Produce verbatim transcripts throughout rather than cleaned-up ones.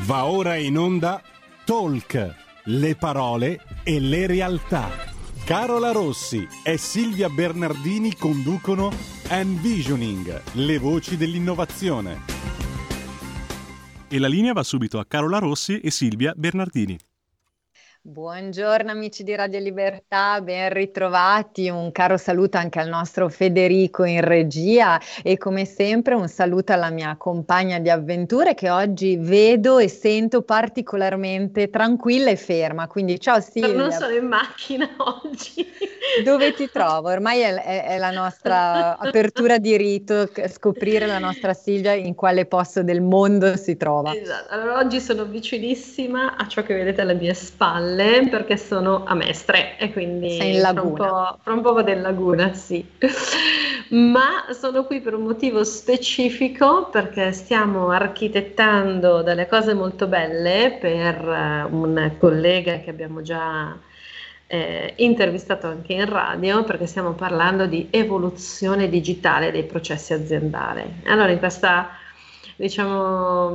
Va ora in onda Talk, le parole e le realtà. Carola Rossi e Silvia Bernardini conducono Envisioning, le voci dell'innovazione. E la linea va subito a Carola Rossi e Silvia Bernardini. Buongiorno amici di Radio Libertà, ben ritrovati, un caro saluto anche al nostro Federico in regia e come sempre un saluto alla mia compagna di avventure che oggi vedo e sento particolarmente tranquilla e ferma, quindi ciao Silvia. Non sono in macchina oggi. Dove ti trovo? Ormai è, è, è la nostra apertura di rito, scoprire la nostra Silvia in quale posto del mondo si trova. Esatto, allora oggi sono vicinissima a ciò che vedete alle mie spalle perché sono a Mestre e quindi sei in laguna. Fra un po', fra un po' vado in laguna, sì. Ma sono qui per un motivo specifico perché stiamo architettando delle cose molto belle per un collega che abbiamo già eh, intervistato anche in radio, perché stiamo parlando di evoluzione digitale dei processi aziendali. Allora in questa diciamo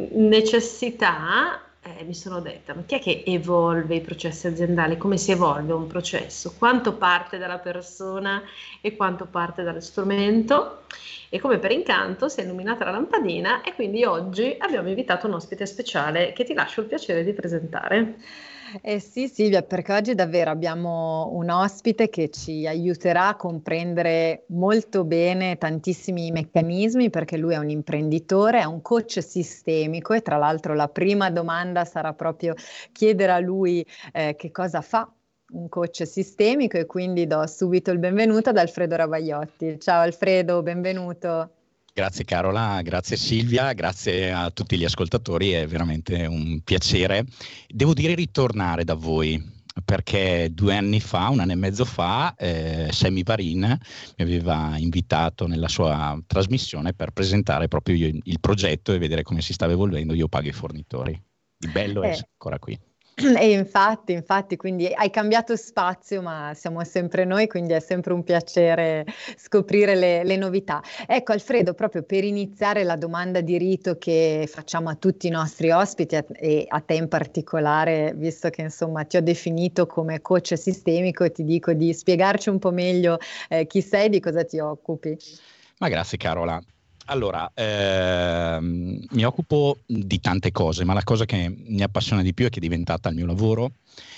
necessità Eh, mi sono detta, ma chi è che evolve i processi aziendali? Come si evolve un processo? Quanto parte dalla persona e quanto parte dallo strumento? E come per incanto si è illuminata la lampadina e quindi oggi abbiamo invitato un ospite speciale che ti lascio il piacere di presentare. Eh sì Silvia, perché oggi davvero abbiamo un ospite che ci aiuterà a comprendere molto bene tantissimi meccanismi, perché lui è un imprenditore, è un coach sistemico e tra l'altro la prima domanda sarà proprio chiedere a lui eh, che cosa fa un coach sistemico e quindi do subito il benvenuto ad Alfredo Ravaiolti. Ciao Alfredo, benvenuto. Grazie Carola, grazie Silvia, grazie a tutti gli ascoltatori, è veramente un piacere. Devo dire ritornare da voi, perché due anni fa, un anno e mezzo fa, eh, Sammy Varin mi aveva invitato nella sua trasmissione per presentare proprio io il progetto e vedere come si stava evolvendo Io Pago i Fornitori. Il bello è eh. essere ancora qui. E infatti, infatti, quindi hai cambiato spazio, ma siamo sempre noi, quindi è sempre un piacere scoprire le, le novità. Ecco Alfredo, proprio per iniziare la domanda di rito che facciamo a tutti i nostri ospiti e a te in particolare, visto che insomma ti ho definito come coach sistemico e ti dico di spiegarci un po' meglio eh, chi sei, di cosa ti occupi. Ma grazie Carola. Allora, ehm, mi occupo di tante cose, ma la cosa che mi appassiona di più e che è diventata il mio lavoro,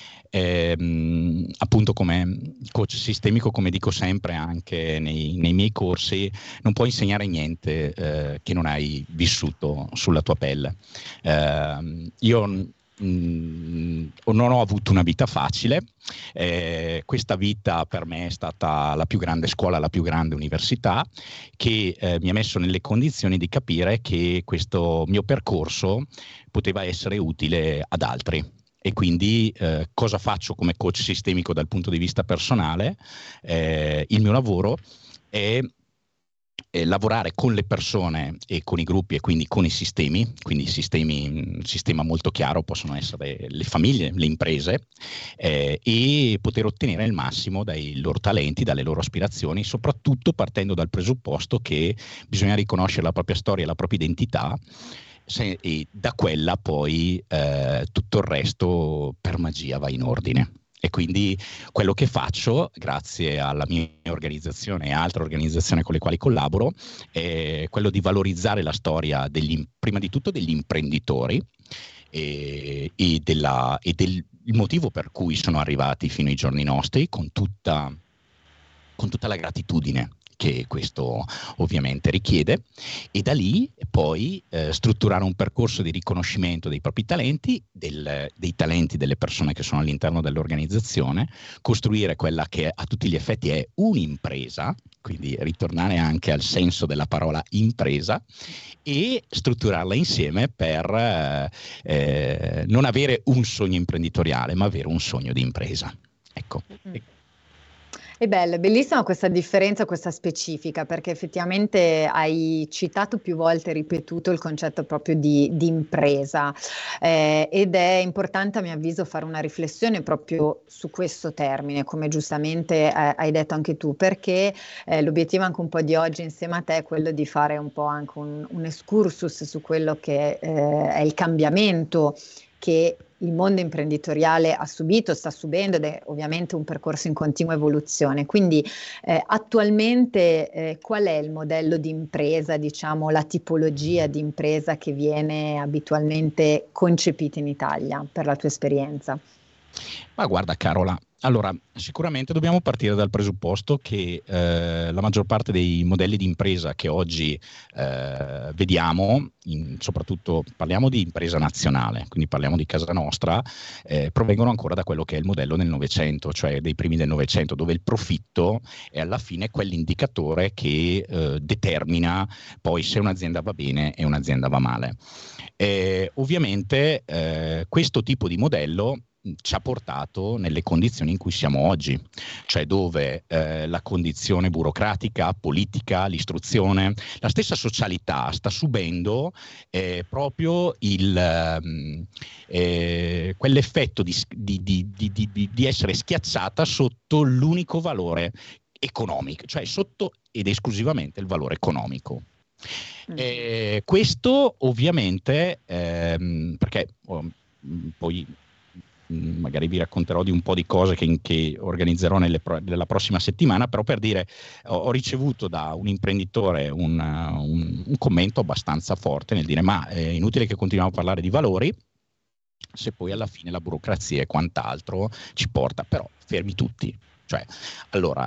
ehm, appunto come coach sistemico, come dico sempre anche nei, nei miei corsi, non puoi insegnare niente eh, che non hai vissuto sulla tua pelle. Eh, io Mm, non ho avuto una vita facile, eh, questa vita per me è stata la più grande scuola, la più grande università che eh, mi ha messo nelle condizioni di capire che questo mio percorso poteva essere utile ad altri. E quindi eh, cosa faccio come coach sistemico dal punto di vista personale? Eh, il mio lavoro è Eh, lavorare con le persone e con i gruppi e quindi con i sistemi, quindi sistemi, un sistema molto chiaro possono essere le famiglie, le imprese, eh, e poter ottenere il massimo dai loro talenti, dalle loro aspirazioni, soprattutto partendo dal presupposto che bisogna riconoscere la propria storia, la propria identità, se, e da quella poi eh, tutto il resto per magia va in ordine. E quindi quello che faccio, grazie alla mia organizzazione e altre organizzazioni con le quali collaboro, è quello di valorizzare la storia degli, prima di tutto degli imprenditori e, e, della, e del il motivo per cui sono arrivati fino ai giorni nostri, con tutta, con tutta la gratitudine che questo ovviamente richiede, e da lì poi eh, strutturare un percorso di riconoscimento dei propri talenti, del, dei talenti delle persone che sono all'interno dell'organizzazione, costruire quella che a tutti gli effetti è un'impresa, quindi ritornare anche al senso della parola impresa, e strutturarla insieme per eh, eh, non avere un sogno imprenditoriale, ma avere un sogno di impresa. Ecco. Mm. È bella, è bellissima questa differenza, questa specifica, perché effettivamente hai citato più volte, ripetuto il concetto proprio di, di impresa, eh, ed è importante a mio avviso fare una riflessione proprio su questo termine, come giustamente eh, hai detto anche tu, perché eh, l'obiettivo anche un po' di oggi insieme a te è quello di fare un po' anche un, un excursus su quello che eh, è il cambiamento che il mondo imprenditoriale ha subito, sta subendo, ed è ovviamente un percorso in continua evoluzione. Quindi eh, attualmente eh, qual è il modello di impresa, diciamo la tipologia di impresa che viene abitualmente concepita in Italia, per la tua esperienza? Ma guarda Carola, allora sicuramente dobbiamo partire dal presupposto che eh, la maggior parte dei modelli di impresa che oggi eh, vediamo, in, soprattutto parliamo di impresa nazionale, quindi parliamo di casa nostra, eh, provengono ancora da quello che è il modello del Novecento, cioè dei primi del Novecento, dove il profitto è alla fine quell'indicatore che eh, determina poi se un'azienda va bene e un'azienda va male. Eh, ovviamente eh, questo tipo di modello ci ha portato nelle condizioni in cui siamo oggi, cioè dove eh, la condizione burocratica, politica, l'istruzione, la stessa socialità sta subendo eh, proprio il, eh, quell'effetto di, di, di, di, di, di essere schiacciata sotto l'unico valore economico, cioè sotto ed esclusivamente il valore economico. Mm. Eh, questo ovviamente ehm, perché oh, poi magari vi racconterò di un po' di cose che, che organizzerò nelle pro- nella prossima settimana, però per dire, ho, ho ricevuto da un imprenditore un, un, un commento abbastanza forte nel dire ma è inutile che continuiamo a parlare di valori se poi alla fine la burocrazia e quant'altro ci porta, però fermi tutti. Cioè, allora,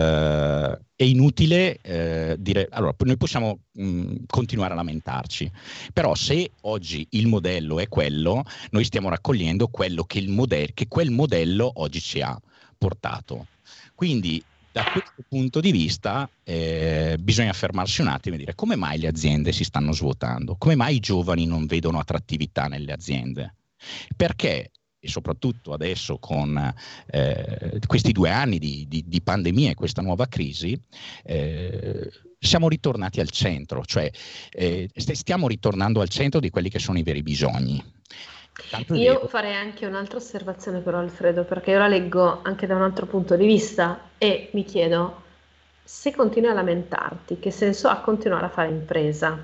eh, è inutile eh, dire, allora, noi possiamo mh, continuare a lamentarci, però se oggi il modello è quello, noi stiamo raccogliendo quello che, il modello, che quel modello oggi ci ha portato. Quindi, da questo punto di vista, eh, bisogna fermarsi un attimo e dire come mai le aziende si stanno svuotando? Come mai i giovani non vedono attrattività nelle aziende? Perché? E soprattutto adesso con eh, questi due anni di, di, di pandemia e questa nuova crisi, eh, siamo ritornati al centro, cioè eh, stiamo ritornando al centro di quelli che sono i veri bisogni. Tanto io vero. Farei anche un'altra osservazione però, Alfredo, perché io la leggo anche da un altro punto di vista e mi chiedo, se continui a lamentarti, che senso ha continuare a fare impresa?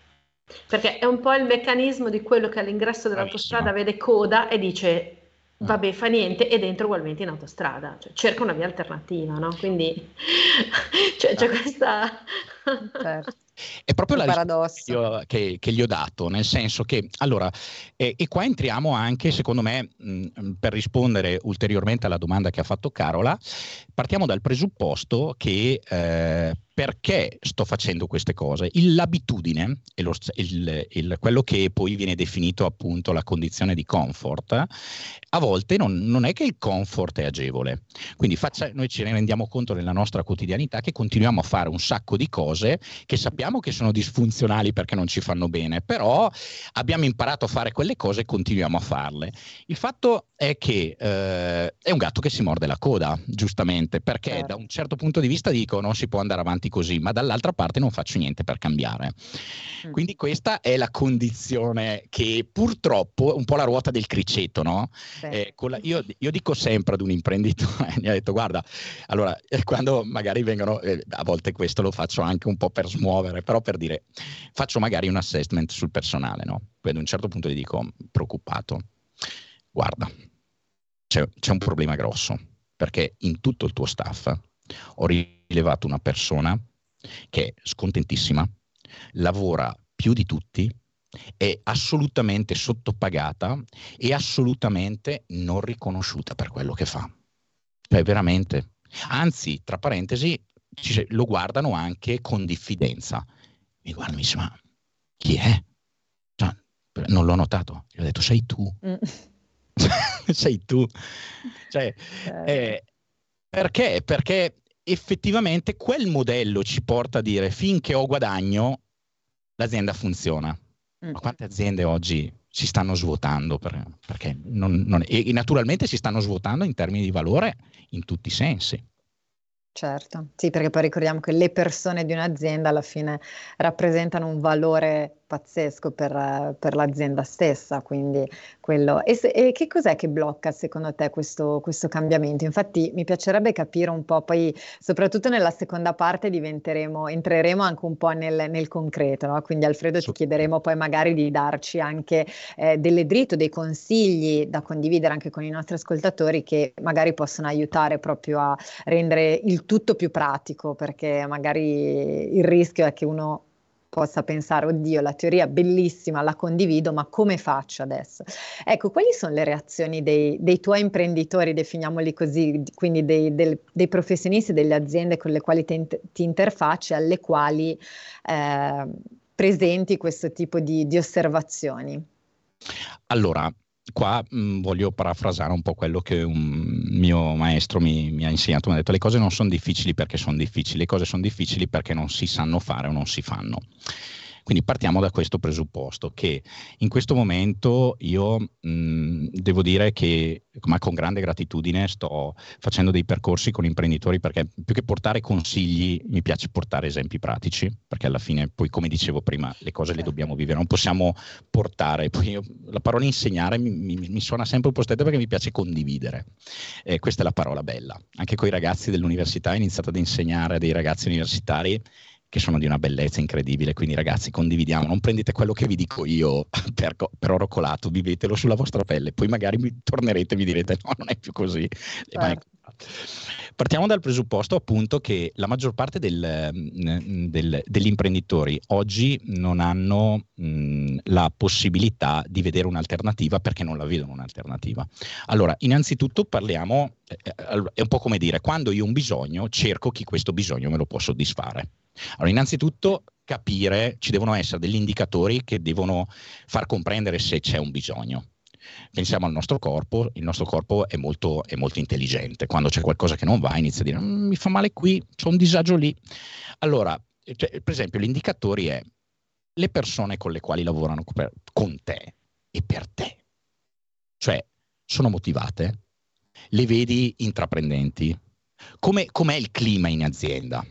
Perché è un po' il meccanismo di quello che all'ingresso dell'autostrada vede coda e dice vabbè, fa niente, e dentro ugualmente in autostrada, cioè cerca una via alternativa, no? Quindi cioè, c'è questa certo. È proprio la risposta che, che gli ho dato, nel senso che, allora, eh, e qua entriamo anche, secondo me, mh, per rispondere ulteriormente alla domanda che ha fatto Carola, partiamo dal presupposto che eh, perché sto facendo queste cose? Il, l'abitudine, e lo, il, il, quello che poi viene definito appunto la condizione di comfort, a volte non, non è che il comfort è agevole. Quindi faccia, noi ci rendiamo conto nella nostra quotidianità che continuiamo a fare un sacco di cose che sappiamo che sono disfunzionali perché non ci fanno bene, però abbiamo imparato a fare quelle cose e continuiamo a farle. Il fatto è che eh, è un gatto che si morde la coda, giustamente, perché certo. Da un certo punto di vista dico non si può andare avanti così, ma dall'altra parte non faccio niente per cambiare. Mm. Quindi questa è la condizione che purtroppo è un po' la ruota del criceto, no? Eh, con la, io, io dico sempre ad un imprenditore, mi ha detto guarda, allora eh, quando magari vengono, eh, a volte questo lo faccio anche un po' per smuovere, però per dire, faccio magari un assessment sul personale, no? Poi ad un certo punto gli dico, preoccupato, guarda, c'è, c'è un problema grosso, perché in tutto il tuo staff ho rilevato una persona che è scontentissima, lavora più di tutti, è assolutamente sottopagata e assolutamente non riconosciuta per quello che fa. Cioè veramente, anzi, tra parentesi, ci, lo guardano anche con diffidenza. Mi guarda e mi dice, ma chi è? Cioè, non l'ho notato. Gli ho detto, sei tu. Mm. sei tu. Cioè, eh, perché? Perché effettivamente quel modello ci porta a dire, finché ho guadagno, l'azienda funziona. Ma quante aziende oggi si stanno svuotando per, perché non, non, e, e naturalmente si stanno svuotando in termini di valore in tutti i sensi. Certo, sì, perché poi ricordiamo che le persone di un'azienda alla fine rappresentano un valore pazzesco per, eh, per l'azienda stessa, quindi quello. E, se- e che cos'è che blocca secondo te questo, questo cambiamento? Infatti mi piacerebbe capire un po', poi soprattutto nella seconda parte diventeremo, entreremo anche un po' nel, nel concreto, no? Quindi Alfredo ti Su- chiederemo poi magari di darci anche eh, delle dritte, dei consigli da condividere anche con i nostri ascoltatori che magari possono aiutare proprio a rendere il tutto più pratico, perché magari il rischio è che uno possa pensare, oddio, la teoria è bellissima, la condivido, ma come faccio adesso? Ecco, quali sono le reazioni dei, dei tuoi imprenditori, definiamoli così, quindi dei, del- dei professionisti, delle aziende con le quali ti, int- ti interfacci, alle quali eh, presenti questo tipo di, di osservazioni? Allora, qua mh, voglio parafrasare un po' quello che un mio maestro mi, mi ha insegnato. Mi ha detto: le cose non sono difficili perché sono difficili, le cose sono difficili perché non si sanno fare o non si fanno. Quindi partiamo da questo presupposto, che in questo momento io mh, devo dire che, ma con grande gratitudine, sto facendo dei percorsi con imprenditori, perché più che portare consigli mi piace portare esempi pratici, perché alla fine poi, come dicevo prima, le cose le dobbiamo vivere, non possiamo portare. Poi io, la parola insegnare mi, mi, mi suona sempre un po' stretta perché mi piace condividere. Eh, questa è la parola bella. Anche con i ragazzi dell'università ho iniziato ad insegnare a dei ragazzi universitari che sono di una bellezza incredibile. Quindi ragazzi, condividiamo, non prendete quello che vi dico io per, per oro colato, vivetelo sulla vostra pelle, poi magari mi tornerete e mi direte no, non è più così. Certo. Partiamo dal presupposto appunto che la maggior parte del, del, degli imprenditori oggi non hanno mh, la possibilità di vedere un'alternativa, perché non la vedono un'alternativa. Allora, innanzitutto parliamo, eh, è un po' come dire, quando io ho un bisogno, cerco chi questo bisogno me lo può soddisfare. Allora, innanzitutto capire, ci devono essere degli indicatori che devono far comprendere se c'è un bisogno. Pensiamo al nostro corpo, il nostro corpo è molto, è molto intelligente. Quando c'è qualcosa che non va, inizia a dire mm, mi fa male qui, c'è un disagio lì. Allora, cioè, per esempio, gli indicatori è le persone con le quali lavorano per, con te e per te. Cioè, sono motivate? Le vedi intraprendenti? Come, com'è il clima in azienda?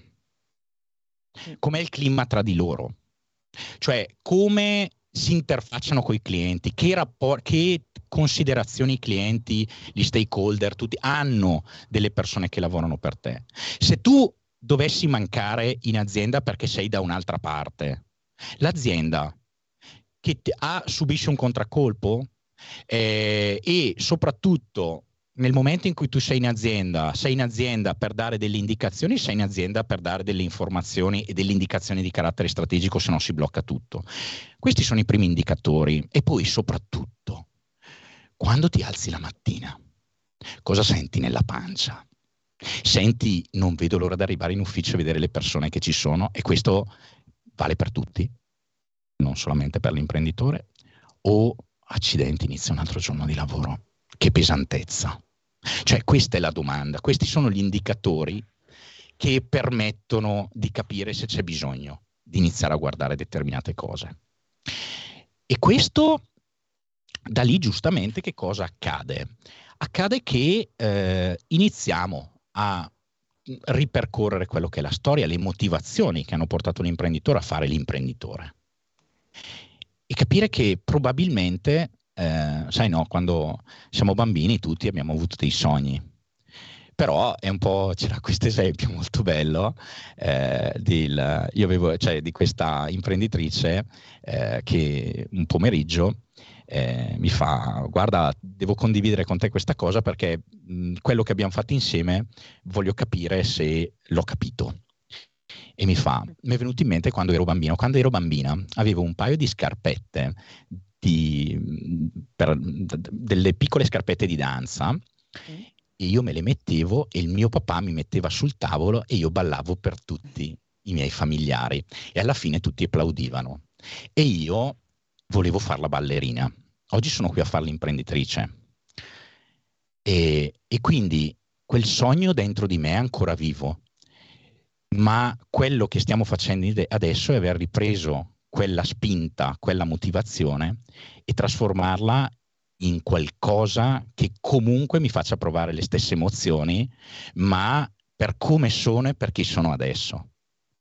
Com'è il clima tra di loro? Cioè, come si interfacciano con i clienti, che, rapport- che considerazioni i clienti, gli stakeholder, tutti hanno delle persone che lavorano per te. Se tu dovessi mancare in azienda perché sei da un'altra parte, l'azienda che ti, ha, subisce un contraccolpo eh, e soprattutto nel momento in cui tu sei in azienda, sei in azienda per dare delle indicazioni, sei in azienda per dare delle informazioni e delle indicazioni di carattere strategico, se no si blocca tutto. Questi sono i primi indicatori. E poi soprattutto, quando ti alzi la mattina, cosa senti nella pancia? Senti, non vedo l'ora di arrivare in ufficio e vedere le persone che ci sono, e questo vale per tutti, non solamente per l'imprenditore. O accidenti, inizia un altro giorno di lavoro. Che pesantezza. Cioè, questa è la domanda, questi sono gli indicatori che permettono di capire se c'è bisogno di iniziare a guardare determinate cose. E questo, da lì giustamente che cosa accade? Accade che eh, iniziamo a ripercorrere quello che è la storia, le motivazioni che hanno portato l'imprenditore a fare l'imprenditore. E capire che probabilmente Eh, sai, no, quando siamo bambini tutti abbiamo avuto dei sogni, però è un po', c'era questo esempio molto bello eh, del, io avevo, cioè, di questa imprenditrice eh, che un pomeriggio eh, mi fa: guarda, devo condividere con te questa cosa perché mh, quello che abbiamo fatto insieme voglio capire se l'ho capito. E mi fa, mi è venuto in mente quando ero bambino. Quando ero bambina avevo un paio di scarpette, di, per, delle piccole scarpette di danza, mm. e io me le mettevo e il mio papà mi metteva sul tavolo e io ballavo per tutti i miei familiari e alla fine tutti applaudivano. E io volevo fare la ballerina. Oggi sono qui a fare l'imprenditrice. E, e quindi quel sogno dentro di me è ancora vivo. Ma quello che stiamo facendo adesso è aver ripreso quella spinta, quella motivazione e trasformarla in qualcosa che comunque mi faccia provare le stesse emozioni, ma per come sono e per chi sono adesso.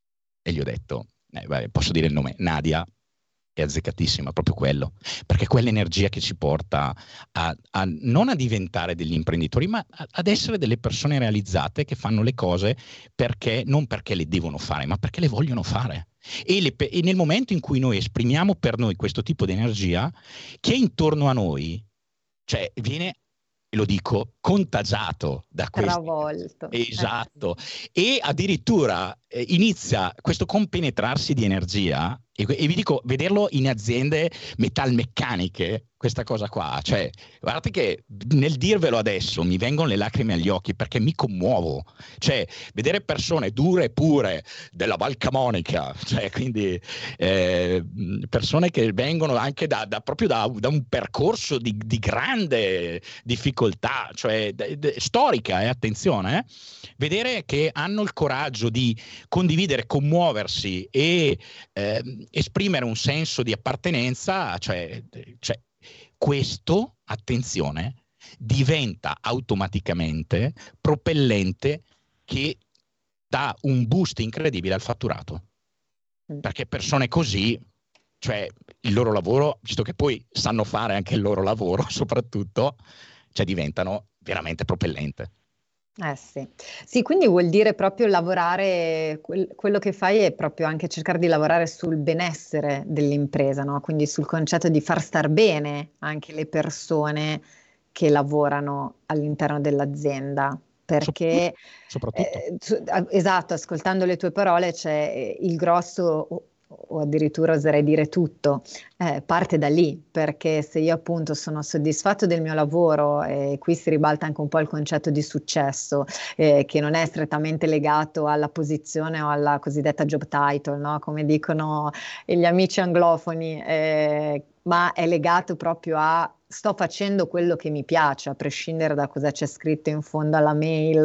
E gli ho detto, eh, vabbè, posso dire il nome, Nadia, è azzeccatissima, proprio quello, perché quell'energia che ci porta a, a non a diventare degli imprenditori, ma a, ad essere delle persone realizzate che fanno le cose perché, non perché le devono fare, ma perché le vogliono fare. E, le, e nel momento in cui noi esprimiamo per noi questo tipo di energia, chi è intorno a noi, cioè viene, lo dico, contagiato da questo. Travolto. Esatto. E addirittura eh, inizia questo compenetrarsi di energia, e, e vi dico, vederlo in aziende metalmeccaniche, questa cosa qua, cioè, guardate che nel dirvelo adesso mi vengono le lacrime agli occhi perché mi commuovo, cioè, vedere persone dure e pure della Val Camonica, cioè, quindi eh, persone che vengono anche da, da proprio da, da un percorso di, di grande difficoltà, cioè de, de, storica, eh, attenzione, eh, vedere che hanno il coraggio di condividere, commuoversi e eh, esprimere un senso di appartenenza, cioè, cioè questo, attenzione, diventa automaticamente propellente che dà un boost incredibile al fatturato. Perché persone così, cioè il loro lavoro, visto che poi sanno fare anche il loro lavoro soprattutto, cioè diventano veramente propellente. Eh sì. Sì, quindi vuol dire proprio lavorare, quel- quello che fai è proprio anche cercare di lavorare sul benessere dell'impresa, no? Quindi sul concetto di far star bene anche le persone che lavorano all'interno dell'azienda. Perché, Soprattutto. eh, su- a- esatto, ascoltando le tue parole c'è eh, il grosso, o, o addirittura oserei dire tutto, eh, parte da lì, perché se io appunto sono soddisfatto del mio lavoro, e qui si ribalta anche un po' il concetto di successo, eh, che non è strettamente legato alla posizione o alla cosiddetta job title, no? Come dicono gli amici anglofoni, eh, ma è legato proprio a sto facendo quello che mi piace, a prescindere da cosa c'è scritto in fondo alla mail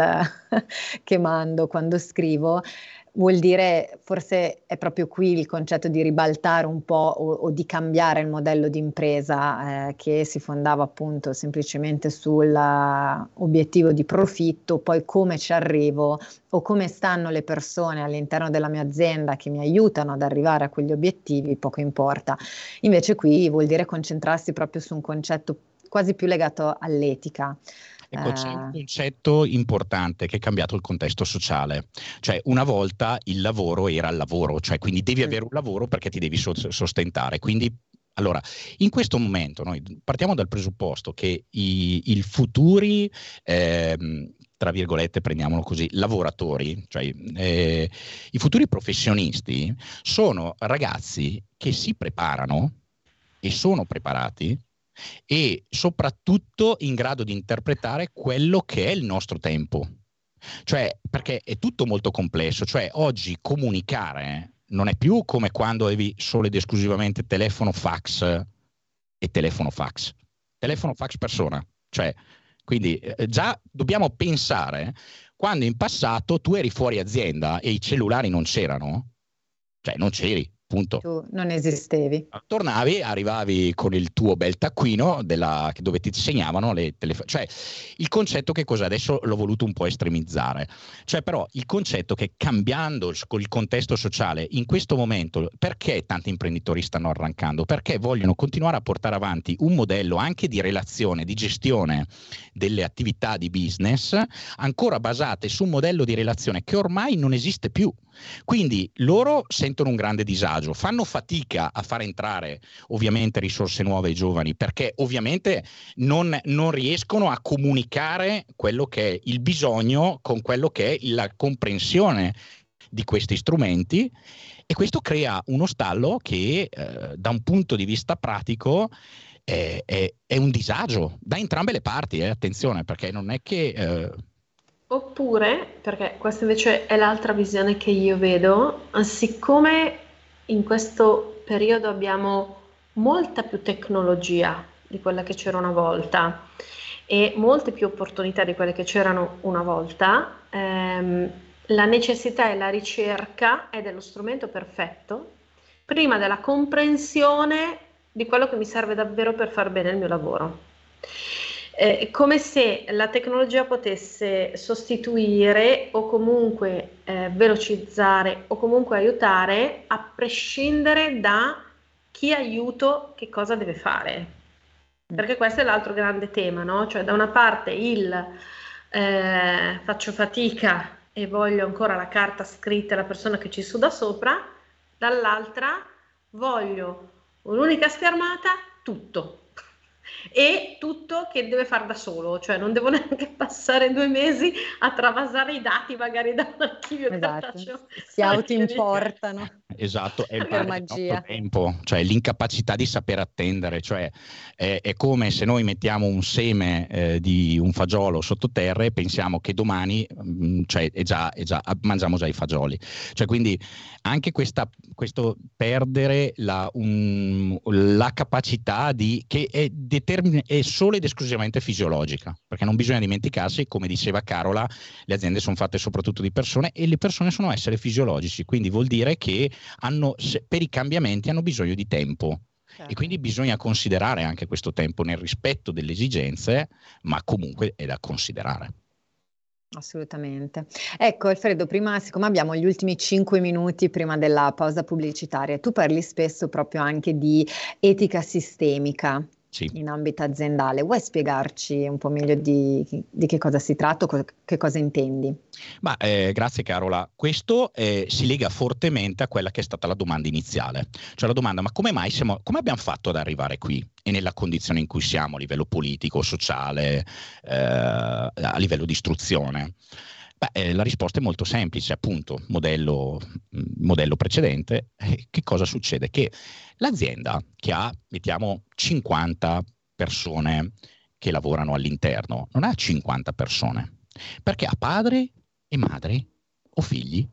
che mando quando scrivo. Vuol dire, forse è proprio qui il concetto di ribaltare un po' o, o di cambiare il modello di impresa eh, che si fondava appunto semplicemente sull'obiettivo di profitto, poi come ci arrivo o come stanno le persone all'interno della mia azienda che mi aiutano ad arrivare a quegli obiettivi, poco importa. Invece qui vuol dire concentrarsi proprio su un concetto quasi più legato all'etica. Ecco, c'è un concetto importante che è cambiato il contesto sociale, cioè una volta il lavoro era il lavoro, cioè quindi devi avere un lavoro perché ti devi sostentare, quindi allora in questo momento noi partiamo dal presupposto che i, i futuri ehm, tra virgolette, prendiamolo così, lavoratori, cioè eh, i futuri professionisti sono ragazzi che si preparano e sono preparati e soprattutto in grado di interpretare quello che è il nostro tempo. Cioè, perché è tutto molto complesso, cioè oggi comunicare non è più come quando avevi solo ed esclusivamente telefono fax e telefono fax. Telefono fax persona, cioè quindi eh, già dobbiamo pensare quando in passato tu eri fuori azienda e i cellulari non c'erano, cioè non c'eri. Punto. Tu non esistevi. Tornavi, arrivavi con il tuo bel taccuino della, dove ti segnavano le telefoni. Cioè, il concetto che cos'è? Adesso l'ho voluto un po' estremizzare. Cioè, però, il concetto che cambiando il, il contesto sociale, in questo momento, perché tanti imprenditori stanno arrancando? Perché vogliono continuare a portare avanti un modello anche di relazione, di gestione delle attività di business, ancora basate su un modello di relazione che ormai non esiste più. Quindi loro sentono un grande disagio, fanno fatica a far entrare ovviamente risorse nuove ai giovani perché ovviamente non, non riescono a comunicare quello che è il bisogno con quello che è la comprensione di questi strumenti e questo crea uno stallo che eh, da un punto di vista pratico è, è, è un disagio da entrambe le parti, eh, attenzione, perché non è che... Eh, Oppure, perché questa invece è l'altra visione che io vedo, siccome in questo periodo abbiamo molta più tecnologia di quella che c'era una volta e molte più opportunità di quelle che c'erano una volta, ehm, la necessità e la ricerca è dello strumento perfetto prima della comprensione di quello che mi serve davvero per far bene il mio lavoro. eh, come se la tecnologia potesse sostituire o comunque eh, velocizzare o comunque aiutare a prescindere da chi aiuto che cosa deve fare, perché questo è l'altro grande tema, no? Cioè da una parte il eh, faccio fatica e voglio ancora la carta scritta e la persona che ci suda sopra, dall'altra voglio un'unica schermata, tutto. E tutto che deve fare da solo, cioè non devo neanche passare due mesi a travasare i dati magari da un archivio cartaceo. Si autoimportano. Esatto, è il per nostro magia. tempo, cioè l'incapacità di saper attendere, cioè è, è come se noi mettiamo un seme eh, di un fagiolo sottoterra e pensiamo che domani mh, cioè, è già, è già, mangiamo già i fagioli, cioè quindi anche questa, questo perdere la, un, la capacità di che è, determin- è solo ed esclusivamente fisiologica, perché non bisogna dimenticarsi, come diceva Carola, le aziende sono fatte soprattutto di persone e le persone sono esseri fisiologici, quindi vuol dire che hanno, per i cambiamenti hanno bisogno di tempo. Certo. E quindi bisogna considerare anche questo tempo nel rispetto delle esigenze, ma comunque è da considerare. Assolutamente. Ecco Alfredo, prima, siccome abbiamo gli ultimi cinque minuti prima della pausa pubblicitaria, tu parli spesso proprio anche di etica sistemica. Sì. In ambito aziendale, vuoi spiegarci un po' meglio di, di che cosa si tratta, co- che cosa intendi? Ma, eh, grazie Carola, questo eh, si lega fortemente a quella che è stata la domanda iniziale, cioè la domanda: ma come mai siamo, come abbiamo fatto ad arrivare qui e nella condizione in cui siamo a livello politico, sociale, eh, a livello di istruzione? Beh, eh, la risposta è molto semplice, appunto, modello, modello precedente. Eh, che cosa succede? Che l'azienda che ha, mettiamo, cinquanta persone che lavorano all'interno, non ha cinquanta persone, perché ha padre e madre o figli.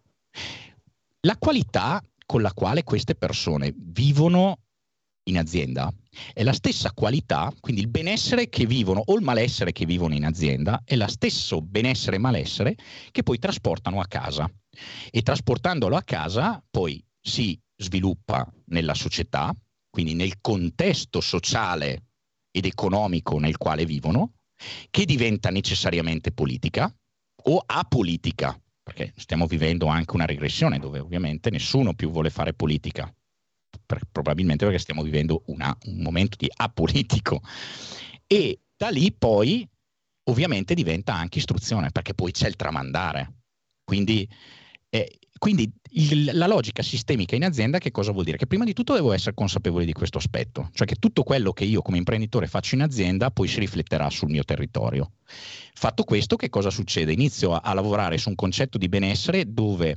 La qualità con la quale queste persone vivono in azienda è la stessa qualità, quindi il benessere che vivono o il malessere che vivono in azienda è lo stesso benessere e malessere che poi trasportano a casa, e trasportandolo a casa poi si sviluppa nella società, quindi nel contesto sociale ed economico nel quale vivono, che diventa necessariamente politica o apolitica, perché stiamo vivendo anche una regressione dove ovviamente nessuno più vuole fare politica, per, probabilmente perché stiamo vivendo una, un momento di apolitico, e da lì poi ovviamente diventa anche istruzione, perché poi c'è il tramandare. Quindi, eh, quindi il, la logica sistemica in azienda che cosa vuol dire? Che prima di tutto devo essere consapevole di questo aspetto, cioè che tutto quello che io come imprenditore faccio in azienda poi si rifletterà sul mio territorio. Fatto questo, che cosa succede? Inizio a, a lavorare su un concetto di benessere dove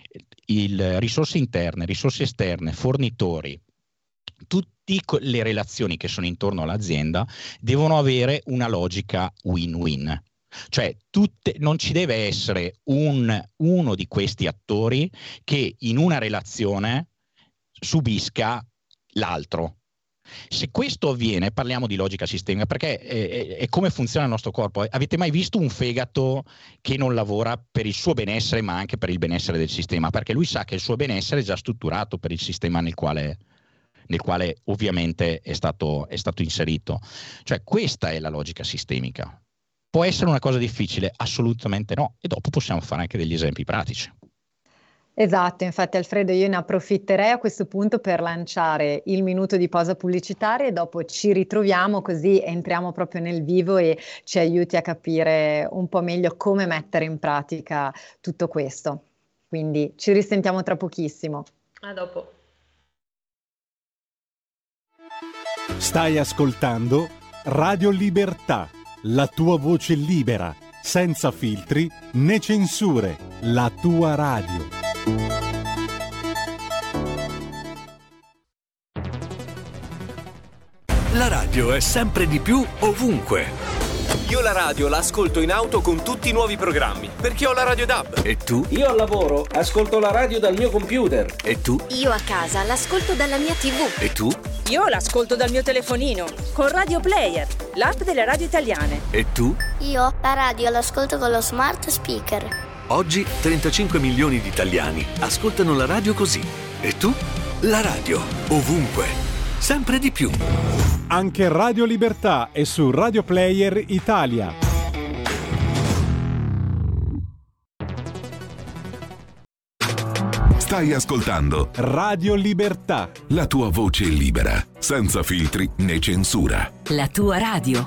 il, risorse interne, risorse esterne, fornitori, tutte le relazioni che sono intorno all'azienda devono avere una logica win-win. Cioè tutte, non ci deve essere un, uno di questi attori che in una relazione subisca l'altro. Se questo avviene, parliamo di logica sistemica, perché è, è, è come funziona il nostro corpo. Avete mai visto un fegato che non lavora per il suo benessere ma anche per il benessere del sistema? Perché lui sa che il suo benessere è già strutturato per il sistema nel quale, nel quale ovviamente è stato, è stato inserito. Cioè questa è la logica sistemica. Può essere una cosa difficile? Assolutamente no, e dopo possiamo fare anche degli esempi pratici. Esatto, infatti Alfredo, io ne approfitterei a questo punto per lanciare il minuto di pausa pubblicitaria e dopo ci ritroviamo, così entriamo proprio nel vivo e ci aiuti a capire un po' meglio come mettere in pratica tutto questo. Quindi ci risentiamo tra pochissimo. A dopo. Stai ascoltando Radio Libertà, la tua voce libera, senza filtri né censure, la tua radio. La radio è sempre di più ovunque. Io la radio la ascolto in auto con tutti i nuovi programmi, perché ho la Radio D A B. E tu? Io al lavoro ascolto la radio dal mio computer. E tu? Io a casa l'ascolto dalla mia tivù. E tu? Io l'ascolto dal mio telefonino, con Radio Player, l'app delle radio italiane. E tu? Io la radio l'ascolto con lo smart speaker. Oggi trentacinque milioni di italiani ascoltano la radio così. E tu? La radio, ovunque, sempre di più. Anche Radio Libertà è su Radio Player Italia. Stai ascoltando Radio Libertà, la tua voce libera, senza filtri né censura. La tua radio.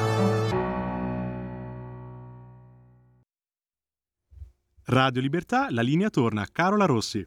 Radio Libertà, la linea torna a Carola Rossi.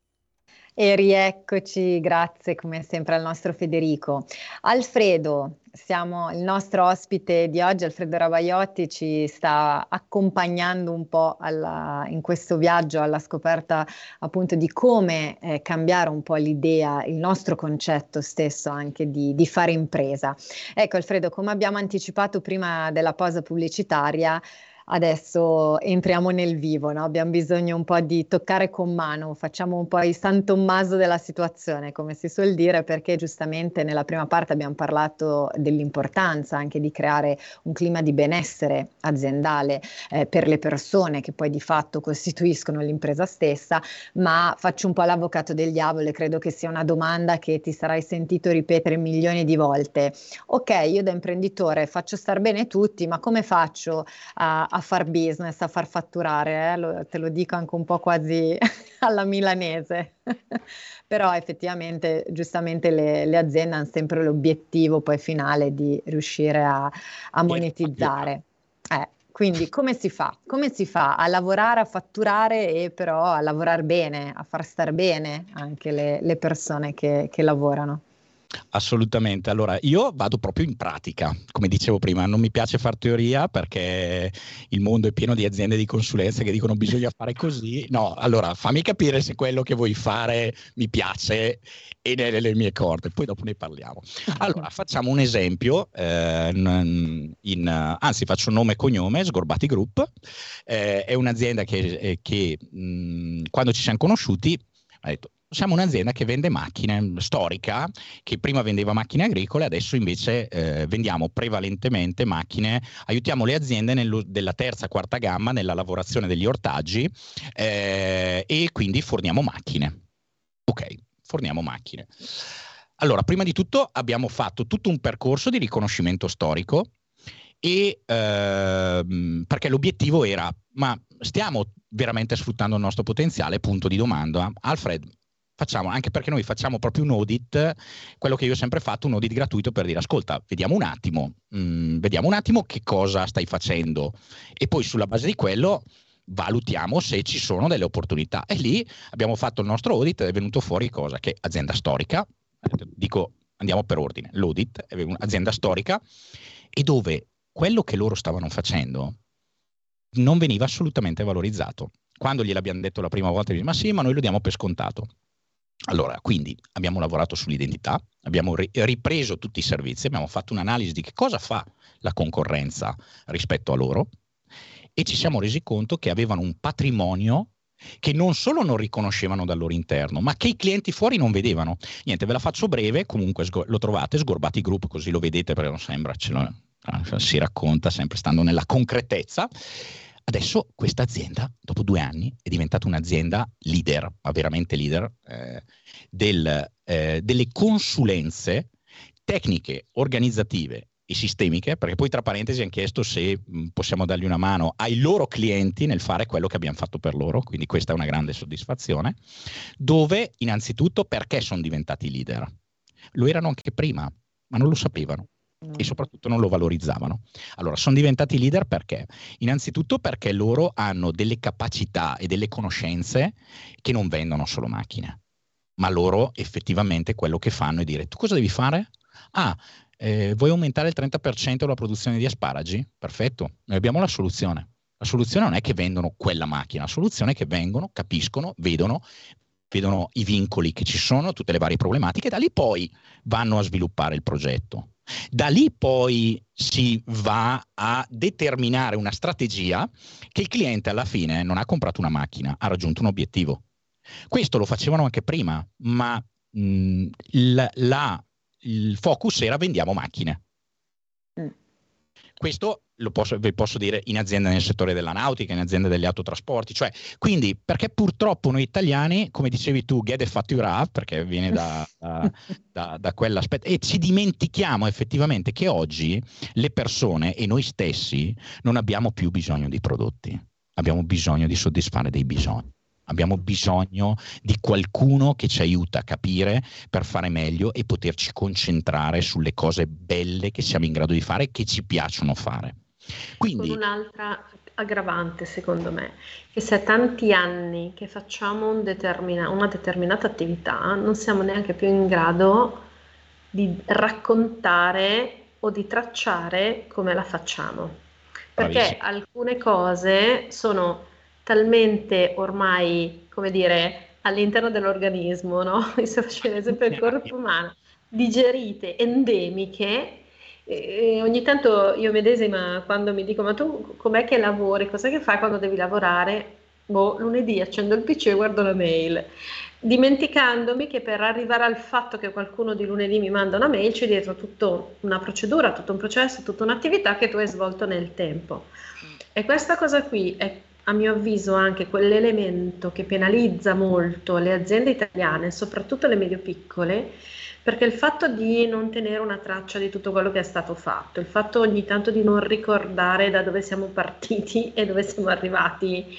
E rieccoci, grazie come sempre al nostro Federico. Alfredo, siamo, il nostro ospite di oggi, Alfredo Rabaiotti, ci sta accompagnando un po' alla, in questo viaggio alla scoperta appunto di come eh, cambiare un po' l'idea, il nostro concetto stesso anche di, di fare impresa. Ecco Alfredo, come abbiamo anticipato prima della pausa pubblicitaria, adesso entriamo nel vivo, no? Abbiamo bisogno un po' di toccare con mano, facciamo un po' il San Tommaso della situazione, come si suol dire, perché giustamente nella prima parte abbiamo parlato dell'importanza anche di creare un clima di benessere aziendale eh, per le persone che poi di fatto costituiscono l'impresa stessa, ma faccio un po' l'avvocato del diavolo e credo che sia una domanda che ti sarai sentito ripetere milioni di volte. Ok, io da imprenditore faccio star bene tutti, ma come faccio a, a far business, a far fatturare, eh? lo, te lo dico anche un po' quasi alla milanese, però effettivamente giustamente le, le aziende hanno sempre l'obiettivo poi finale di riuscire a, a monetizzare. Eh, quindi come si fa? Come si fa a lavorare, a fatturare e però a lavorare bene, a far star bene anche le, le persone che, che lavorano? Assolutamente, allora io vado proprio in pratica, come dicevo prima, non mi piace far teoria perché il mondo è pieno di aziende di consulenza che dicono bisogna fare così, no, allora fammi capire se quello che vuoi fare mi piace e nelle mie corde, poi dopo ne parliamo. Allora facciamo un esempio, eh, in, in, anzi faccio un nome e cognome, Sgorbati Group, eh, è un'azienda che, che mh, quando ci siamo conosciuti ha detto siamo un'azienda che vende macchine, storica, che prima vendeva macchine agricole, adesso invece eh, vendiamo prevalentemente macchine, aiutiamo le aziende nello, della terza, quarta gamma nella lavorazione degli ortaggi eh, e quindi forniamo macchine. Ok, forniamo macchine. Allora, prima di tutto abbiamo fatto tutto un percorso di riconoscimento storico e ehm, perché l'obiettivo era, ma stiamo veramente sfruttando il nostro potenziale? Punto di domanda. Alfred, facciamo, anche perché noi facciamo proprio un audit, quello che io ho sempre fatto, un audit gratuito per dire ascolta, vediamo un attimo, mh, vediamo un attimo che cosa stai facendo e poi sulla base di quello valutiamo se ci sono delle opportunità. E lì abbiamo fatto il nostro audit ed è venuto fuori cosa? Che azienda storica, dico andiamo per ordine, l'audit è un'azienda storica e dove quello che loro stavano facendo non veniva assolutamente valorizzato. Quando gliel'abbiamo detto la prima volta, dice, ma sì, ma noi lo diamo per scontato. Allora, quindi abbiamo lavorato sull'identità, abbiamo ri- ripreso tutti i servizi, abbiamo fatto un'analisi di che cosa fa la concorrenza rispetto a loro e ci siamo resi conto che avevano un patrimonio che non solo non riconoscevano dal loro interno, ma che i clienti fuori non vedevano. Niente, ve la faccio breve, comunque sgo- lo trovate, Sgorbati Group, così lo vedete perché non sembra, ce lo, si racconta sempre stando nella concretezza. Adesso questa azienda, dopo due anni, è diventata un'azienda leader, ma veramente leader, eh, del, eh, delle consulenze tecniche, organizzative e sistemiche, perché poi tra parentesi hanno chiesto se mh, possiamo dargli una mano ai loro clienti nel fare quello che abbiamo fatto per loro, quindi questa è una grande soddisfazione, dove innanzitutto perché sono diventati leader? Lo erano anche prima, ma non lo sapevano. E soprattutto non lo valorizzavano. Allora, sono diventati leader perché? Innanzitutto perché loro hanno delle capacità e delle conoscenze che non vendono solo macchine, ma loro effettivamente quello che fanno è dire, tu cosa devi fare? Ah, eh, vuoi aumentare il trenta per cento la produzione di asparagi? Perfetto, noi abbiamo la soluzione. La soluzione non è che vendono quella macchina, la soluzione è che vengono, capiscono, vedono, vedono i vincoli che ci sono, tutte le varie problematiche, e da lì poi vanno a sviluppare il progetto. Da lì poi si va a determinare una strategia che il cliente alla fine non ha comprato una macchina, ha raggiunto un obiettivo. Questo lo facevano anche prima, ma mh, la, la, il focus era vendiamo macchine. questo lo posso, vi posso dire in aziende nel settore della nautica, in aziende degli autotrasporti, cioè, quindi perché purtroppo noi italiani, come dicevi tu, get the fattura, perché viene da, da, da, da quell'aspetto, e ci dimentichiamo effettivamente che oggi le persone e noi stessi non abbiamo più bisogno di prodotti, abbiamo bisogno di soddisfare dei bisogni. Abbiamo bisogno di qualcuno che ci aiuta a capire per fare meglio e poterci concentrare sulle cose belle che siamo in grado di fare e che ci piacciono fare. Quindi, con un'altra aggravante, secondo me, che se è tanti anni che facciamo un determina- una determinata attività, non siamo neanche più in grado di raccontare o di tracciare come la facciamo. Perché bravissimo. alcune cose sono talmente ormai, come dire, all'interno dell'organismo, no? Mi sto facendo l'esempio del corpo umano, digerite, endemiche, e ogni tanto io medesima, quando mi dico ma tu com'è che lavori, cos'è che fai quando devi lavorare? Boh, lunedì accendo il P C e guardo la mail, dimenticandomi che per arrivare al fatto che qualcuno di lunedì mi manda una mail c'è dietro tutta una procedura, tutto un processo, tutta un'attività che tu hai svolto nel tempo. E questa cosa qui è, a mio avviso, anche quell'elemento che penalizza molto le aziende italiane, soprattutto le medio-piccole, perché il fatto di non tenere una traccia di tutto quello che è stato fatto, il fatto ogni tanto di non ricordare da dove siamo partiti e dove siamo arrivati,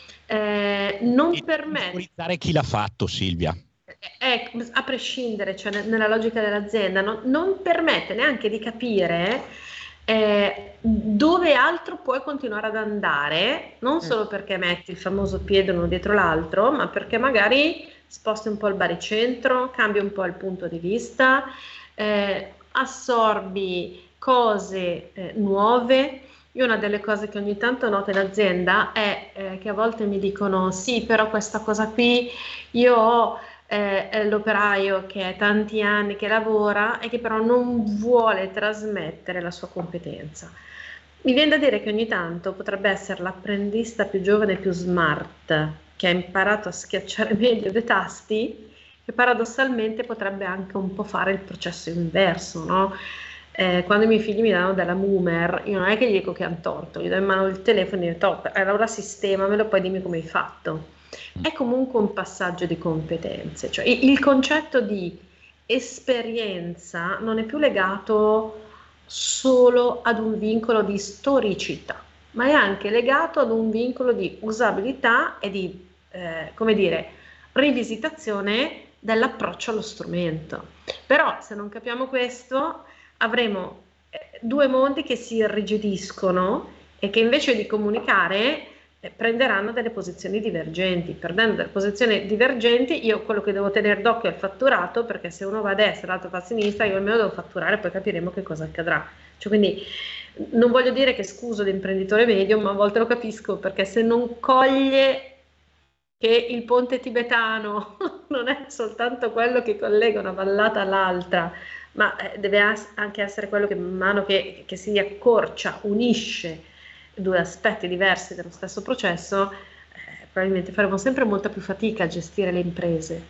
eh, non e permette... memorizzare chi l'ha fatto, Silvia. Eh, a prescindere, cioè ne- nella logica dell'azienda, no- non permette neanche di capire eh, dove altro puoi continuare ad andare, non solo perché metti il famoso piede uno dietro l'altro, ma perché magari sposti un po' il baricentro, cambi un po' il punto di vista, eh, assorbi cose eh, nuove. Io una delle cose che ogni tanto noto in azienda è eh, che a volte mi dicono sì, però questa cosa qui io ho eh, l'operaio che è tanti anni che lavora e che però non vuole trasmettere la sua competenza. Mi viene da dire che ogni tanto potrebbe essere l'apprendista più giovane e più smart, che ha imparato a schiacciare meglio dei tasti, che paradossalmente potrebbe anche un po' fare il processo inverso, no? Eh, quando i miei figli mi danno della Moomer, io non è che gli dico che hanno torto, gli do in mano il telefono e gli dico, allora sistemamelo, poi dimmi come hai fatto. È comunque un passaggio di competenze, cioè il concetto di esperienza non è più legato solo ad un vincolo di storicità, ma è anche legato ad un vincolo di usabilità e di, eh, come dire, rivisitazione dell'approccio allo strumento. Però se non capiamo questo avremo eh, due mondi che si irrigidiscono e che invece di comunicare eh, prenderanno delle posizioni divergenti. Prendendo delle posizioni divergenti, io quello che devo tenere d'occhio è il fatturato, perché se uno va a destra e l'altro va a sinistra, io almeno devo fatturare, poi capiremo che cosa accadrà. Cioè, quindi non voglio dire che scuso l'imprenditore medio, ma a volte lo capisco, perché se non coglie che il ponte tibetano non è soltanto quello che collega una vallata all'altra, ma eh, deve as- anche essere quello che man mano che, che si accorcia, unisce due aspetti diversi dello stesso processo, eh, probabilmente faremo sempre molta più fatica a gestire le imprese.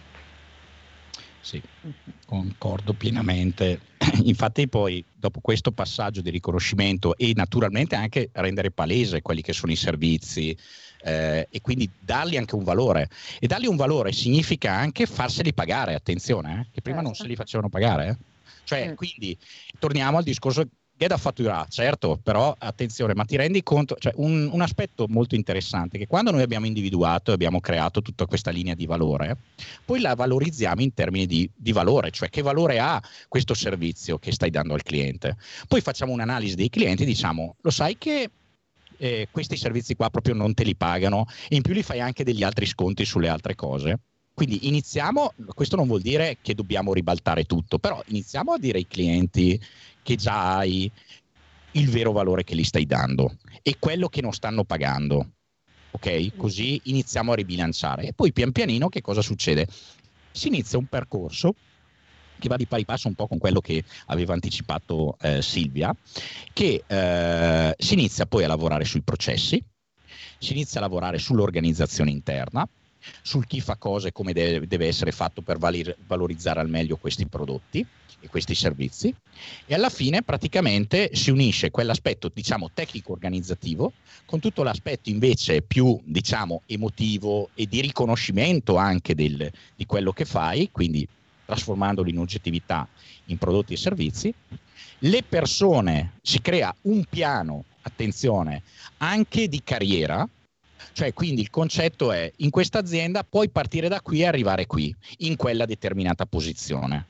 Sì, concordo pienamente. Infatti poi dopo questo passaggio di riconoscimento e naturalmente anche rendere palese quelli che sono i servizi eh, e quindi dargli anche un valore, e dargli un valore significa anche farseli pagare, attenzione, eh, che prima certo. non se li facevano pagare, eh. Cioè mm. quindi torniamo al discorso che è da fatturare, certo, però attenzione, ma ti rendi conto, cioè un, un aspetto molto interessante, che quando noi abbiamo individuato e abbiamo creato tutta questa linea di valore, poi la valorizziamo in termini di, di valore, cioè che valore ha questo servizio che stai dando al cliente. Poi facciamo un'analisi dei clienti e diciamo, lo sai che eh, questi servizi qua proprio non te li pagano e in più li fai anche degli altri sconti sulle altre cose. Quindi iniziamo, questo non vuol dire che dobbiamo ribaltare tutto, però iniziamo a dire ai clienti che già hai il vero valore che gli stai dando e quello che non stanno pagando, ok? Così iniziamo a ribilanciare e poi pian pianino che cosa succede? Si inizia un percorso che va di pari passo un po' con quello che aveva anticipato eh, Silvia, che eh, si inizia poi a lavorare sui processi, si inizia a lavorare sull'organizzazione interna, sul chi fa cose e come deve, deve essere fatto per valir, valorizzare al meglio questi prodotti e questi servizi, e alla fine praticamente si unisce quell'aspetto, diciamo, tecnico organizzativo con tutto l'aspetto invece più, diciamo, emotivo e di riconoscimento anche del, di quello che fai, quindi trasformandolo in oggettività in prodotti e servizi. Le persone, si crea un piano, attenzione, anche di carriera, cioè quindi il concetto è: in questa azienda puoi partire da qui e arrivare qui, in quella determinata posizione,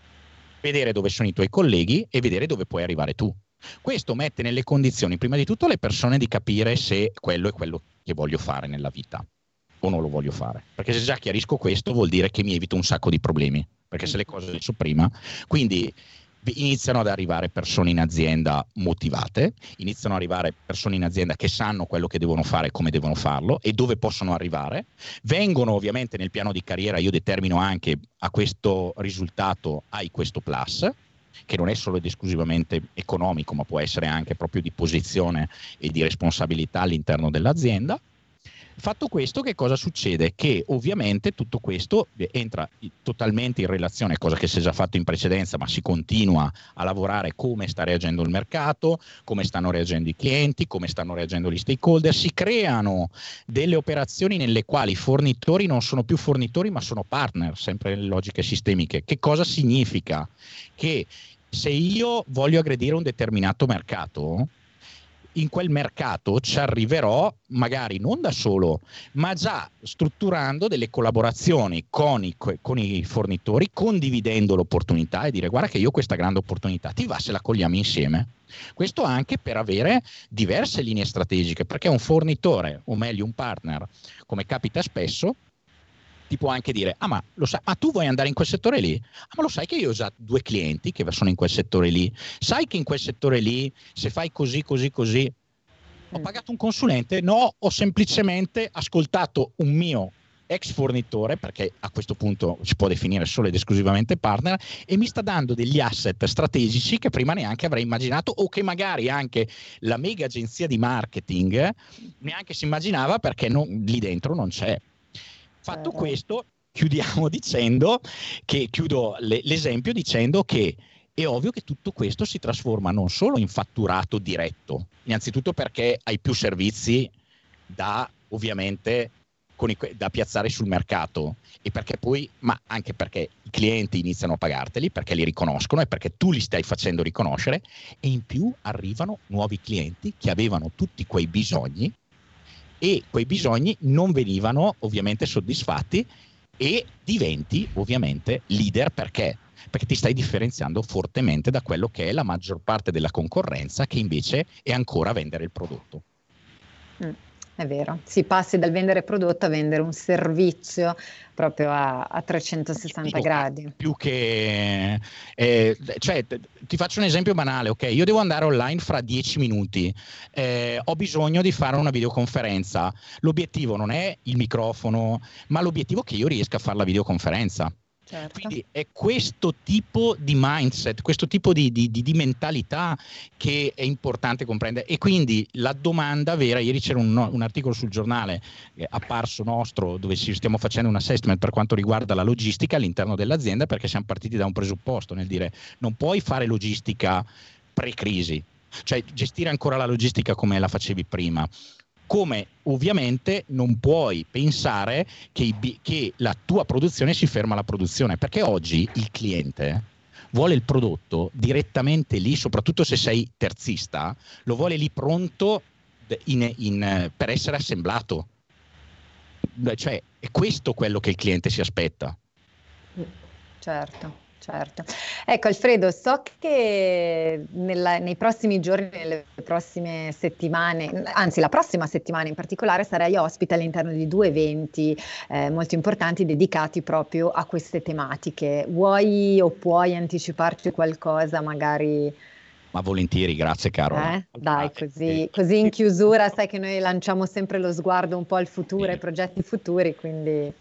vedere dove sono i tuoi colleghi e vedere dove puoi arrivare tu. Questo mette nelle condizioni prima di tutto le persone di capire se quello è quello che voglio fare nella vita o non lo voglio fare, perché se già chiarisco questo vuol dire che mi evito un sacco di problemi, perché se le cose le so prima, quindi iniziano ad arrivare persone in azienda motivate, iniziano ad arrivare persone in azienda che sanno quello che devono fare, come devono farlo e dove possono arrivare. Vengono ovviamente nel piano di carriera, io determino anche a questo risultato hai questo plus, che non è solo ed esclusivamente economico, ma può essere anche proprio di posizione e di responsabilità all'interno dell'azienda. Fatto questo, che cosa succede? Che ovviamente tutto questo entra totalmente in relazione, cosa che si è già fatto in precedenza, ma si continua a lavorare come sta reagendo il mercato, come stanno reagendo i clienti, come stanno reagendo gli stakeholder. Si creano delle operazioni nelle quali i fornitori non sono più fornitori ma sono partner, sempre nelle logiche sistemiche. Che cosa significa? Che se io voglio aggredire un determinato mercato, in quel mercato ci arriverò magari non da solo, ma già strutturando delle collaborazioni con i, con i fornitori, condividendo l'opportunità e dire: guarda che io ho questa grande opportunità, ti va se la cogliamo insieme? Questo anche per avere diverse linee strategiche, perché un fornitore, o meglio un partner, come capita spesso, ti può anche dire: ah ma lo sai, ma tu vuoi andare in quel settore lì? Ah ma lo sai che io ho già due clienti che sono in quel settore lì? Sai che in quel settore lì, se fai così, così, così, ho pagato un consulente? No, ho semplicemente ascoltato un mio ex fornitore, perché a questo punto si può definire solo ed esclusivamente partner, e mi sta dando degli asset strategici che prima neanche avrei immaginato, o che magari anche la mega agenzia di marketing neanche si immaginava, perché non, lì dentro non c'è. Fatto questo, chiudiamo dicendo che chiudo le, l'esempio dicendo che è ovvio che tutto questo si trasforma non solo in fatturato diretto, innanzitutto perché hai più servizi da ovviamente con i, da piazzare sul mercato, e perché poi, ma anche perché i clienti iniziano a pagarteli, perché li riconoscono e perché tu li stai facendo riconoscere, e in più arrivano nuovi clienti che avevano tutti quei bisogni, e quei bisogni non venivano ovviamente soddisfatti, e diventi ovviamente leader. Perché? Perché ti stai differenziando fortemente da quello che è la maggior parte della concorrenza, che invece è ancora vendere il prodotto. Mm, è vero, si passi dal vendere prodotto a vendere un servizio proprio a, a trecentosessanta più, gradi. Più che... Eh, cioè, ti faccio un esempio banale, ok? Io devo andare online fra dieci minuti, eh, ho bisogno di fare una videoconferenza. L'obiettivo non è il microfono, ma l'obiettivo è che io riesca a fare la videoconferenza. Certo. Quindi è questo tipo di mindset, questo tipo di, di, di, di mentalità che è importante comprendere. E quindi la domanda vera, ieri c'era un, un articolo sul giornale eh, apparso nostro, dove ci stiamo facendo un assessment per quanto riguarda la logistica all'interno dell'azienda, perché siamo partiti da un presupposto, nel dire: non puoi fare logistica pre-crisi, cioè gestire ancora la logistica come la facevi prima. Come ovviamente non puoi pensare che, i, che la tua produzione si ferma alla produzione, perché oggi il cliente vuole il prodotto direttamente lì, soprattutto se sei terzista, lo vuole lì pronto in, in, per essere assemblato. Cioè, è questo quello che il cliente si aspetta. Certo. Certo. Ecco Alfredo, so che nella, nei prossimi giorni, nelle prossime settimane, anzi la prossima settimana in particolare, sarai ospite all'interno di due eventi eh, molto importanti dedicati proprio a queste tematiche. Vuoi o puoi anticiparci qualcosa magari? Ma volentieri, grazie Carola. Eh? Dai, così, così in chiusura, sai che noi lanciamo sempre lo sguardo un po' al futuro, ai progetti futuri, quindi...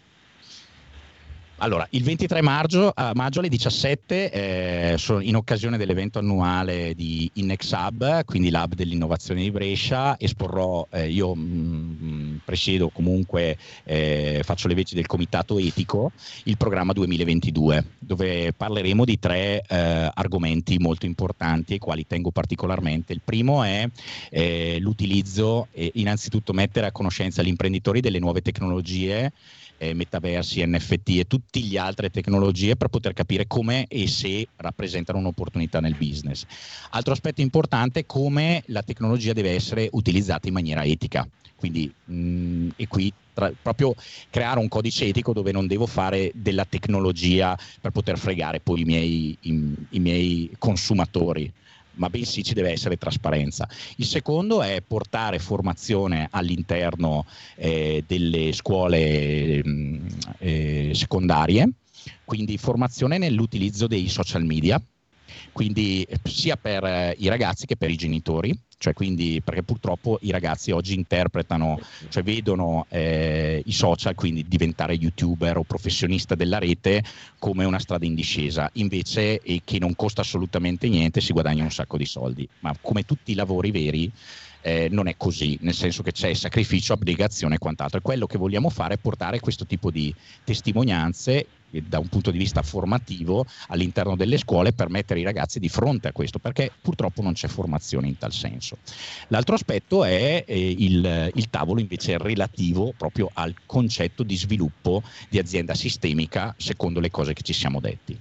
Allora, il ventitré maggio, uh, maggio alle diciassette, eh, sono in occasione dell'evento annuale di Innex Hub, quindi l'hub dell'innovazione di Brescia, esporrò eh, io mh, presiedo, comunque eh, faccio le veci del comitato etico, il programma duemilaventidue, dove parleremo di tre eh, argomenti molto importanti ai quali tengo particolarmente. Il primo è eh, l'utilizzo e innanzitutto mettere a conoscenza gli imprenditori delle nuove tecnologie, eh, metaversi, N F T e tutte le altre tecnologie, per poter capire come e se rappresentano un'opportunità nel business. Altro aspetto importante è come la tecnologia deve essere utilizzata in maniera etica. Quindi mh, e qui tra, proprio creare un codice etico dove non devo fare della tecnologia per poter fregare poi i miei, i, i miei consumatori, ma bensì ci deve essere trasparenza. Il secondo è portare formazione all'interno eh, delle scuole mh, eh, secondarie, quindi formazione nell'utilizzo dei social media, quindi sia per eh, i ragazzi che per i genitori, cioè quindi perché purtroppo i ragazzi oggi interpretano, cioè vedono eh, i social, quindi diventare youtuber o professionista della rete, come una strada in discesa, invece e che non costa assolutamente niente, si guadagna un sacco di soldi, ma come tutti i lavori veri eh, non è così, nel senso che c'è sacrificio, abnegazione e quant'altro, e quello che vogliamo fare è portare questo tipo di testimonianze da un punto di vista formativo all'interno delle scuole, per mettere i ragazzi di fronte a questo, perché purtroppo non c'è formazione in tal senso. L'altro aspetto è eh, il, il tavolo invece relativo proprio al concetto di sviluppo di azienda sistemica secondo le cose che ci siamo detti.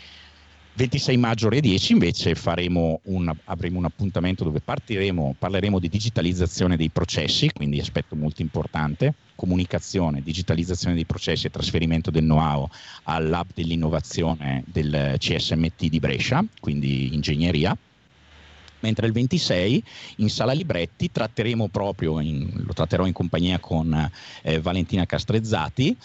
ventisei maggio ore dieci invece faremo un, avremo un appuntamento dove partiremo, parleremo di digitalizzazione dei processi, quindi aspetto molto importante, comunicazione, digitalizzazione dei processi e trasferimento del know-how all'hub dell'innovazione del C S M T di Brescia, quindi ingegneria. Mentre il ventisei in Sala Libretti tratteremo proprio, in, lo tratterò in compagnia con eh, Valentina Castrezzati,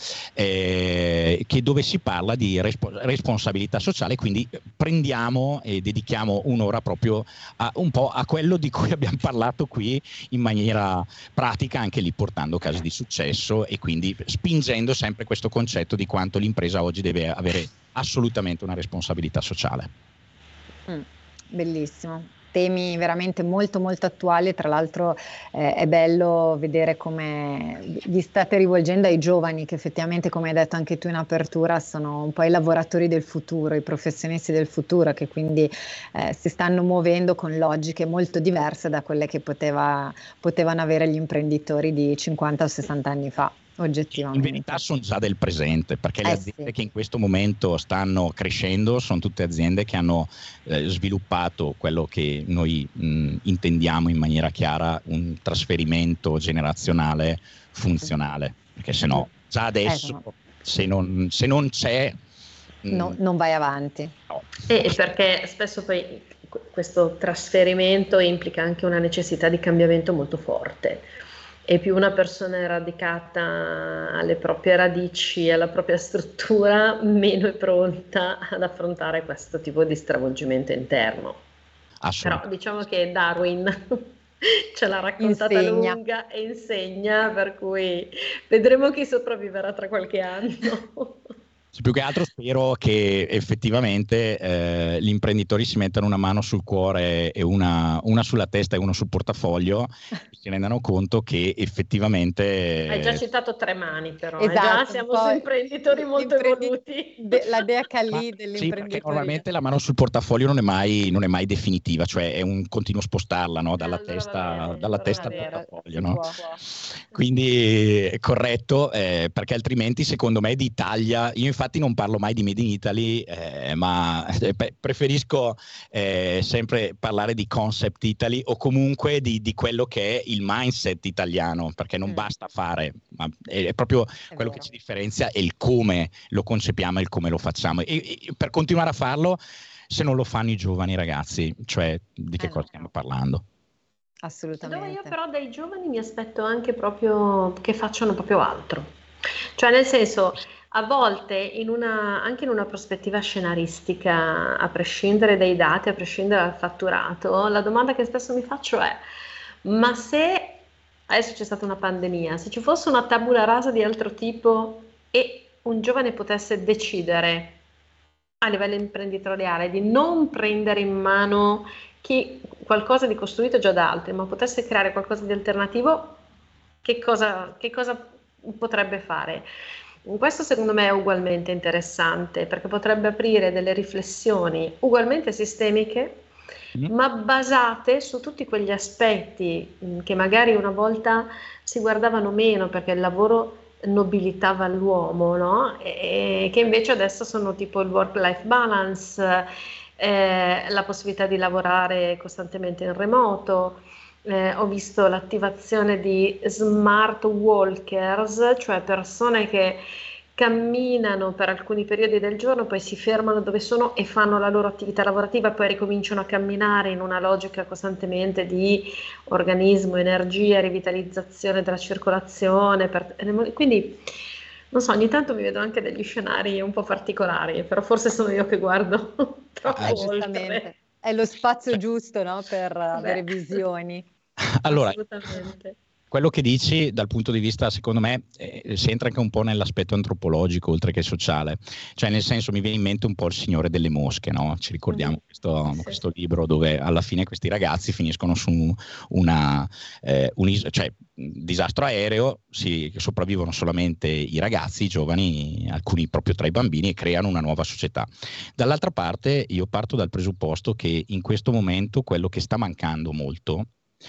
eh, che dove si parla di respo- responsabilità sociale, quindi prendiamo e dedichiamo un'ora proprio a, un po' a quello di cui abbiamo parlato qui in maniera pratica, anche lì portando casi di successo e quindi spingendo sempre questo concetto di quanto l'impresa oggi deve avere assolutamente una responsabilità sociale. Mm, bellissimo. Temi veramente molto molto attuali, tra l'altro eh, è bello vedere come vi state rivolgendo ai giovani, che effettivamente, come hai detto anche tu in apertura, sono un po' i lavoratori del futuro, i professionisti del futuro, che quindi eh, si stanno muovendo con logiche molto diverse da quelle che poteva, potevano avere gli imprenditori di cinquanta o sessanta anni fa. Oggettivamente. In verità sono già del presente, perché le eh aziende sì. che in questo momento stanno crescendo sono tutte aziende che hanno eh, sviluppato quello che noi mh, intendiamo in maniera chiara, un trasferimento generazionale funzionale, perché se no già adesso eh, no. se, non, se non c'è mh, no, non vai avanti. No. E perché spesso poi questo trasferimento implica anche una necessità di cambiamento molto forte. E più una persona è radicata alle proprie radici, alla propria struttura, meno è pronta ad affrontare questo tipo di stravolgimento interno. Però diciamo che Darwin ce l'ha raccontata insegna. lunga e insegna, per cui vedremo chi sopravviverà tra qualche anno. Più che altro spero che effettivamente eh, gli imprenditori si mettano una mano sul cuore e una, una sulla testa e uno sul portafoglio, e si rendano conto che effettivamente... Hai già citato tre mani, però esatto, eh, già siamo su imprenditori molto evoluti. De, la D H L dell'imprenditoria. Sì, perché normalmente la mano sul portafoglio non è mai, non è mai definitiva, cioè è un continuo spostarla, no? dalla allora testa, bene, dalla allora testa al bene, portafoglio. No? Quindi è corretto, eh, perché altrimenti secondo me d'Italia, io infatti non parlo mai di Made in Italy, eh, ma eh, preferisco eh, sempre parlare di Concept Italy, o comunque di, di quello che è il mindset italiano, perché non mm. basta fare, ma è, è proprio è quello vero. Che ci differenzia è il come lo concepiamo e il come lo facciamo, e, e per continuare a farlo, se non lo fanno i giovani ragazzi, cioè di che eh cosa no. stiamo parlando? Assolutamente. Dove io però dai giovani mi aspetto anche proprio che facciano proprio altro, cioè nel senso, a volte in una, anche in una prospettiva scenaristica, a prescindere dai dati, a prescindere dal fatturato, la domanda che spesso mi faccio è: ma se adesso c'è stata una pandemia, se ci fosse una tabula rasa di altro tipo e un giovane potesse decidere a livello imprenditoriale di non prendere in mano chi, qualcosa di costruito già da altri, ma potesse creare qualcosa di alternativo, che cosa, che cosa potrebbe fare. Questo secondo me è ugualmente interessante perché potrebbe aprire delle riflessioni ugualmente sistemiche, mm. ma basate su tutti quegli aspetti che magari una volta si guardavano meno perché il lavoro nobilitava l'uomo, no? E che invece adesso sono tipo il work-life balance, eh, la possibilità di lavorare costantemente in remoto. Eh, ho visto l'attivazione di smart walkers, cioè persone che camminano per alcuni periodi del giorno, poi si fermano dove sono e fanno la loro attività lavorativa, poi ricominciano a camminare in una logica costantemente di organismo, energia, rivitalizzazione della circolazione. Per... Quindi, non so, ogni tanto mi vedo anche degli scenari un po' particolari, però forse sono io che guardo troppo ah, oltre. È lo spazio giusto, no? Per Beh. avere visioni. Allora, assolutamente. Quello che dici dal punto di vista, secondo me, eh, si entra anche un po' nell'aspetto antropologico oltre che sociale, cioè nel senso mi viene in mente un po' Il Signore delle Mosche, no? Ci ricordiamo mm. questo, sì. questo libro dove alla fine questi ragazzi finiscono su una, eh, un is- cioè, disastro aereo, si sopravvivono solamente i ragazzi, i giovani, alcuni proprio tra i bambini, e creano una nuova società. Dall'altra parte io parto dal presupposto che in questo momento quello che sta mancando molto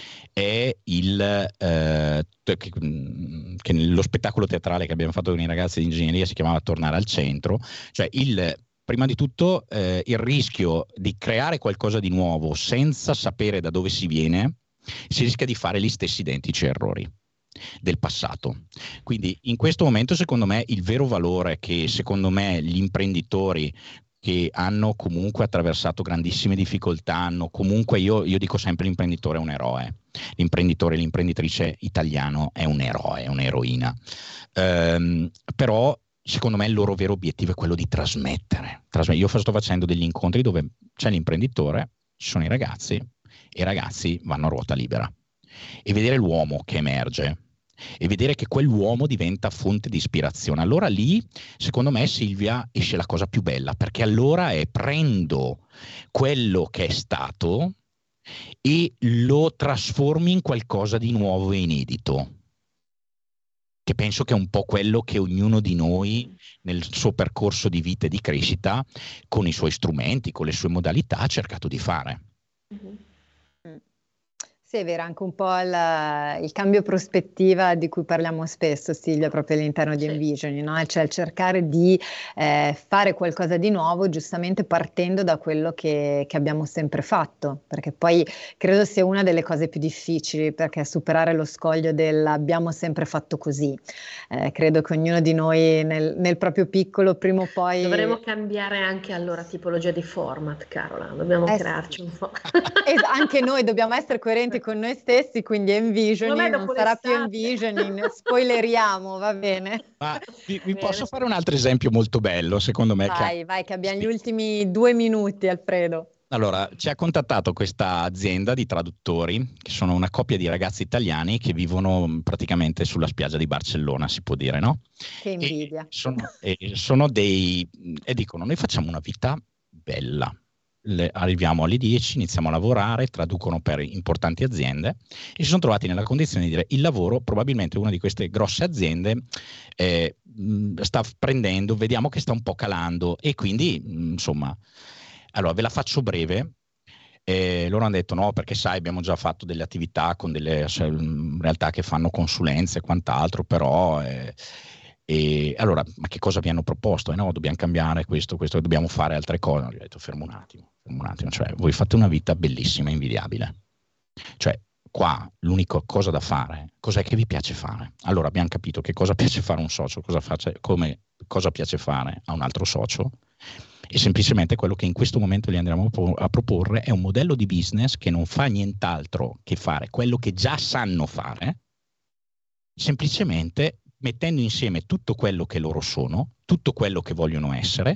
è il eh, che, che nello spettacolo teatrale che abbiamo fatto con i ragazzi di ingegneria si chiamava Tornare al centro, cioè il prima di tutto eh, il rischio di creare qualcosa di nuovo senza sapere da dove si viene, si rischia di fare gli stessi identici errori del passato. Quindi in questo momento secondo me il vero valore che secondo me gli imprenditori che hanno comunque attraversato grandissime difficoltà, hanno comunque, io, io dico sempre l'imprenditore è un eroe, l'imprenditore, l'imprenditrice italiano è un eroe, è un'eroina, ehm, però secondo me il loro vero obiettivo è quello di trasmettere. Trasmettere. Io sto facendo degli incontri dove c'è l'imprenditore, ci sono i ragazzi e i ragazzi vanno a ruota libera e vedere l'uomo che emerge e vedere che quell'uomo diventa fonte di ispirazione. Allora lì, secondo me, Silvia, esce la cosa più bella, perché allora è prendo quello che è stato e lo trasformi in qualcosa di nuovo e inedito, che penso che è un po' quello che ognuno di noi nel suo percorso di vita e di crescita, con i suoi strumenti, con le sue modalità, ha cercato di fare. Mm-hmm. Sì, è vero, anche un po' il, il cambio prospettiva di cui parliamo spesso, Silvia, proprio all'interno di Envisioning, no? Cioè cercare di eh, fare qualcosa di nuovo, giustamente partendo da quello che, che abbiamo sempre fatto, perché poi credo sia una delle cose più difficili, perché superare lo scoglio del abbiamo sempre fatto così. Eh, credo che ognuno di noi nel, nel proprio piccolo, prima o poi... Dovremmo cambiare anche allora tipologia di format, Carola, dobbiamo eh crearci sì. un po'. E anche noi dobbiamo essere coerenti con noi stessi, quindi Envisioning non sarà più Envisioning, spoileriamo, va bene? Ma vi, vi posso fare un altro esempio molto bello, secondo me? Vai, che... vai, che abbiamo gli ultimi due minuti, Alfredo. Allora, ci ha contattato questa azienda di traduttori, che sono una coppia di ragazzi italiani che vivono praticamente sulla spiaggia di Barcellona, si può dire, no? Che invidia. E sono, e sono dei... e dicono, noi facciamo una vita bella. Le, arriviamo alle dieci, iniziamo a lavorare, traducono per importanti aziende e si sono trovati nella condizione di dire il lavoro probabilmente una di queste grosse aziende eh, sta prendendo, vediamo che sta un po' calando e quindi insomma, allora ve la faccio breve. E loro hanno detto no, perché sai abbiamo già fatto delle attività con delle cioè, realtà che fanno consulenze e quant'altro, però eh, e allora ma che cosa vi hanno proposto? Eh no, dobbiamo cambiare questo, questo, dobbiamo fare altre cose. Gli ho detto fermo un attimo, fermo un attimo, cioè voi fate una vita bellissima e invidiabile, cioè qua l'unica cosa da fare, cos'è che vi piace fare? Allora abbiamo capito che cosa piace fare un socio, cosa, face, come, cosa piace fare a un altro socio e semplicemente quello che in questo momento gli andremo a proporre è un modello di business che non fa nient'altro che fare quello che già sanno fare, semplicemente mettendo insieme tutto quello che loro sono, tutto quello che vogliono essere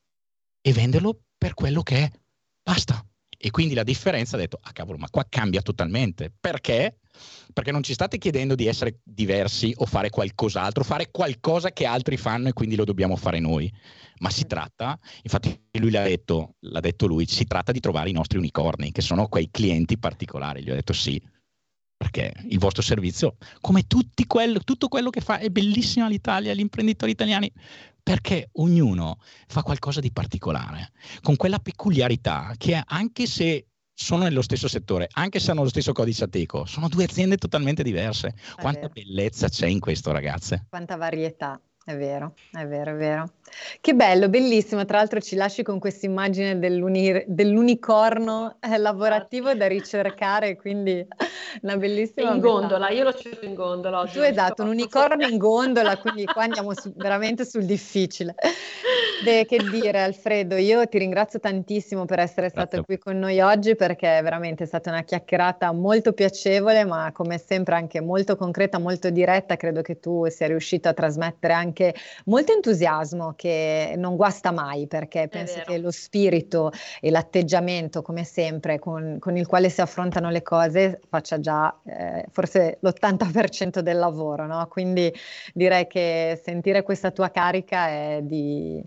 e venderlo per quello che è. Basta. E quindi la differenza ha detto, ah cavolo, ma qua cambia totalmente. Perché? Perché non ci state chiedendo di essere diversi o fare qualcos'altro, fare qualcosa che altri fanno e quindi lo dobbiamo fare noi. Ma si tratta, infatti lui l'ha detto, l'ha detto lui, si tratta di trovare i nostri unicorni, che sono quei clienti particolari. Gli ho detto sì. perché il vostro servizio, come tutti quello, tutto quello che fa, è bellissima l'Italia, gli imprenditori italiani, perché ognuno fa qualcosa di particolare, con quella peculiarità che anche se sono nello stesso settore, anche se hanno lo stesso codice Ateco, sono due aziende totalmente diverse. È Quanta vero. bellezza c'è in questo, ragazze. Quanta varietà, è vero, è vero, è vero. Che bello, bellissimo. Tra l'altro ci lasci con questa immagine dell'uni- dell'unicorno eh, lavorativo da ricercare, quindi una bellissima In metafora. gondola, io lo cerco in gondola oggi. Tu esatto, un unicorno in gondola, quindi qua andiamo su- veramente sul difficile. Beh, che dire Alfredo, io ti ringrazio tantissimo per essere stato Grazie. qui con noi oggi, perché veramente è stata una chiacchierata molto piacevole, ma come sempre anche molto concreta, molto diretta. Credo che tu sia riuscito a trasmettere anche molto entusiasmo, che non guasta mai, perché penso vero. che lo spirito e l'atteggiamento, come sempre, con, con il quale si affrontano le cose faccia già eh, forse l'ottanta per cento del lavoro, no? Quindi direi che sentire questa tua carica è di,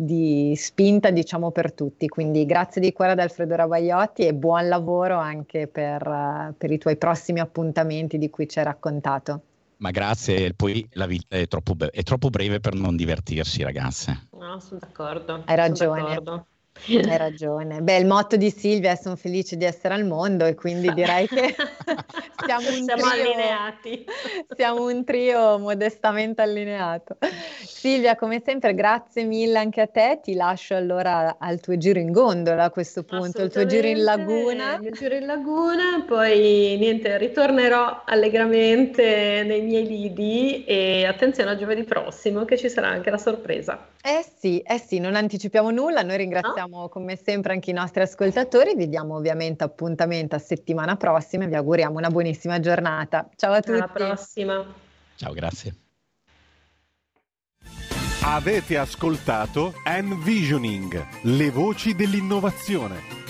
di spinta, diciamo, per tutti. Quindi grazie di cuore ad Alfredo Rabaiotti e buon lavoro anche per, uh, per i tuoi prossimi appuntamenti di cui ci hai raccontato. Ma grazie, poi la vita è troppo, be- è troppo breve per non divertirsi, ragazze. No, sono d'accordo. Hai ragione. Sono d'accordo. Hai ragione. Beh, il motto di Silvia è: sono felice di essere al mondo, e quindi direi che siamo un Siamo trio, allineati. siamo un trio modestamente allineato. Silvia, come sempre, grazie mille anche a te. Ti lascio allora al tuo giro in gondola a questo punto, il tuo giro in laguna. Il mio giro in laguna, poi niente, ritornerò allegramente nei miei lidi, e attenzione a giovedì prossimo che ci sarà anche la sorpresa. Eh sì, eh sì, non anticipiamo nulla, noi ringraziamo come sempre anche i nostri ascoltatori, vi diamo ovviamente appuntamento a settimana prossima e vi auguriamo una buonissima giornata. Ciao a tutti. Alla prossima. Ciao, grazie. Avete ascoltato Envisioning, le voci dell'innovazione.